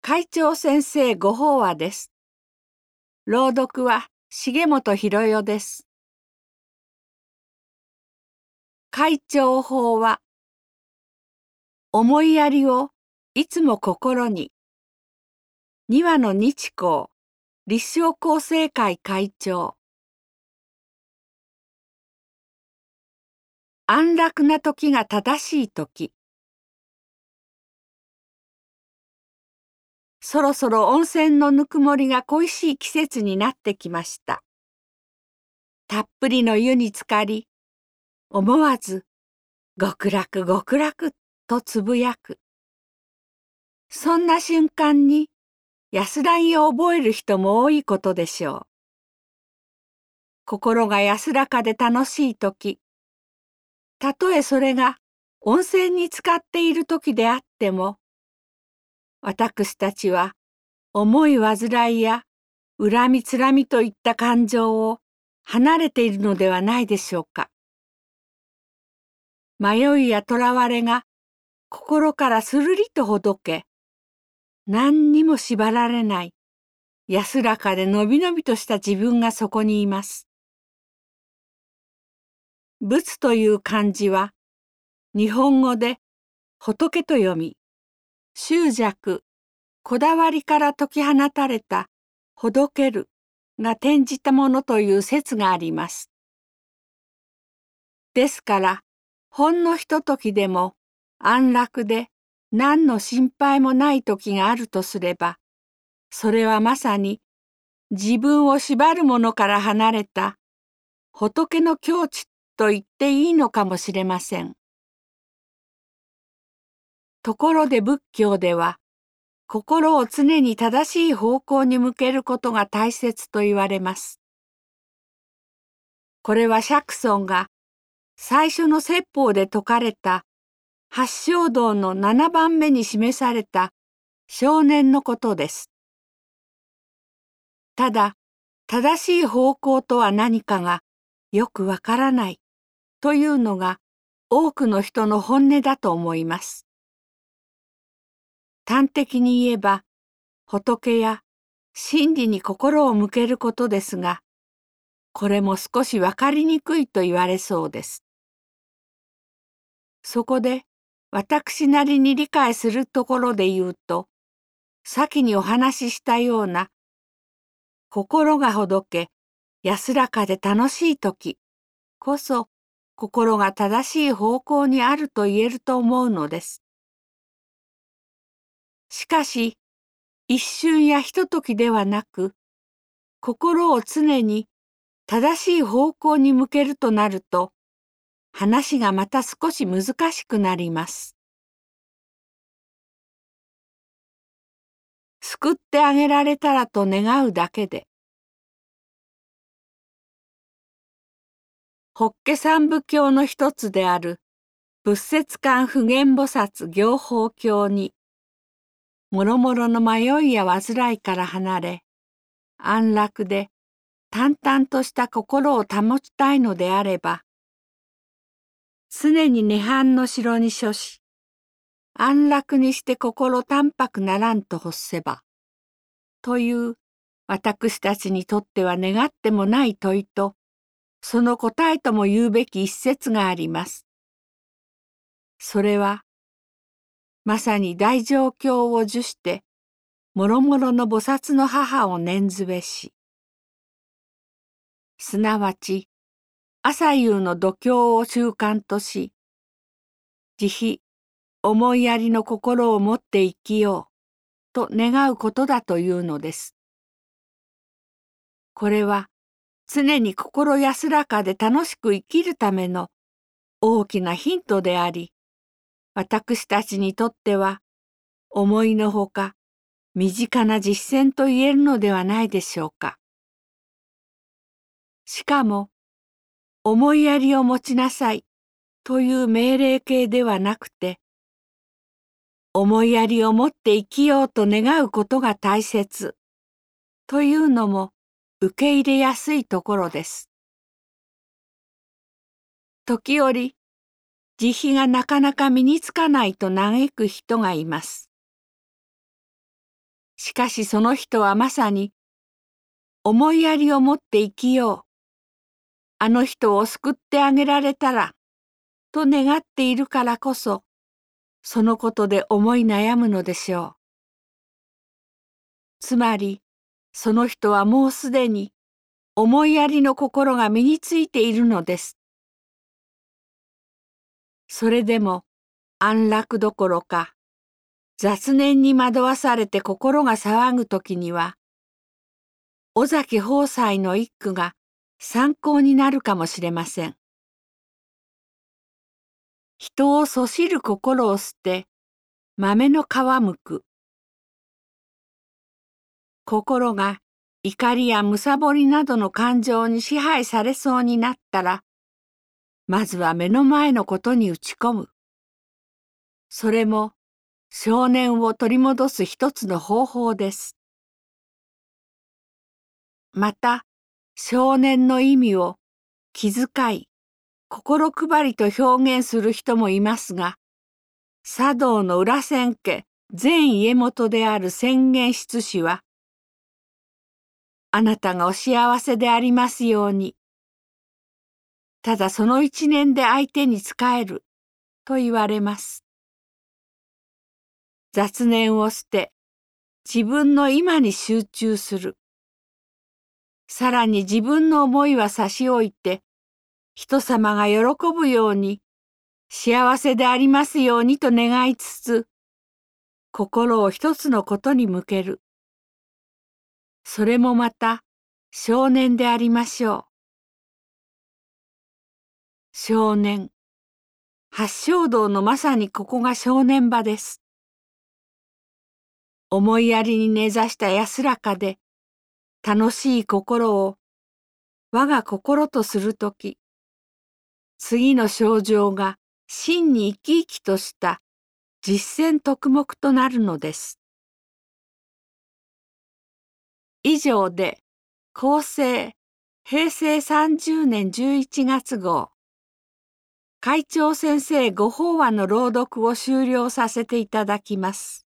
会長先生ご法話です。朗読は重本博代です。会長法話。思いやりをいつも心に。2羽の日光、立正厚生会会長。安楽な時が正しい時。そろそろ温泉のぬくもりが恋しい季節になってきました。たっぷりの湯に浸かり、思わず極楽極楽とつぶやく。そんな瞬間に安らぎを覚える人も多いことでしょう。心が安らかで楽しい時、たとえそれが温泉に浸かっている時であっても、私たちは思い煩いや恨みつらみといった感情を離れているのではないでしょうか。迷いやとらわれが心からするりとほどけ、何にも縛られない安らかでのびのびとした自分がそこにいます。仏という漢字は日本語で仏と読み、執着、こだわりから解き放たれたほどけるが転じたものという説があります。ですからほんのひとときでも安楽で何の心配もない時があるとすれば、それはまさに自分を縛るものから離れた仏の境地と言っていいのかもしれません。ところで仏教では、心を常に正しい方向に向けることが大切と言われます。これは釈尊が最初の説法で説かれた八正道の7番目に示された少年のことです。ただ、正しい方向とは何かがよくわからないというのが多くの人の本音だと思います。端的に言えば、仏や真理に心を向けることですが、これも少しわかりにくいと言われそうです。そこで、私なりに理解するところで言うと、先にお話ししたような、心がほどけ、安らかで楽しいときこそ、心が正しい方向にあると言えると思うのです。しかし、一瞬やひとときではなく、心を常に正しい方向に向けるとなると、話がまた少し難しくなります。救ってあげられたらと願うだけで、法華三部経の一つである仏説観普賢菩薩行法経に、もろもろの迷いや煩いから離れ、安楽で淡々とした心を保ちたいのであれば、常に涅槃の城に処し、安楽にして心淡泊ならんと欲せば、という私たちにとっては願ってもない問いと、その答えとも言うべき一節があります。それは、まさに大乗経を授して、もろもろの菩薩の母を念ずべし、すなわち、朝夕の度胸を習慣とし、慈悲、思いやりの心を持って生きようと願うことだというのです。これは常に心安らかで楽しく生きるための大きなヒントであり、私たちにとっては思いのほか身近な実践と言えるのではないでしょうか。しかも、思いやりを持ちなさいという命令形ではなくて、思いやりを持って生きようと願うことが大切というのも受け入れやすいところです。時折、慈悲がなかなか身につかないと嘆く人がいます。 しかしその人はまさに思いやりを持って生きよう。あの人を救ってあげられたら、と願っているからこそ、そのことで思い悩むのでしょう。つまり、その人はもうすでに思いやりの心が身についているのです。それでも安楽どころか、雑念に惑わされて心が騒ぐときには、尾崎豊斎の一句が参考になるかもしれません。人をそしる心を捨て、豆の皮むく。心が怒りやむさぼりなどの感情に支配されそうになったら、まずは目の前のことに打ち込む。それも少年を取り戻す一つの方法です。また、少年の意味を気遣い、心配りと表現する人もいますが、茶道の裏千家前家元である宣言出士は、あなたがお幸せでありますように。ただその一年で相手に仕えると言われます。雑念を捨て、自分の今に集中する。さらに自分の思いは差し置いて、人様が喜ぶように、幸せでありますようにと願いつつ、心を一つのことに向ける。それもまた少年でありましょう。少年。八正道のまさにここが正念場です。思いやりに根ざした安らかで楽しい心を我が心とするとき、次の症状が真に生き生きとした実践徳目となるのです。以上で厚生平成30年11月号会長先生ご法話の朗読を終了させていただきます。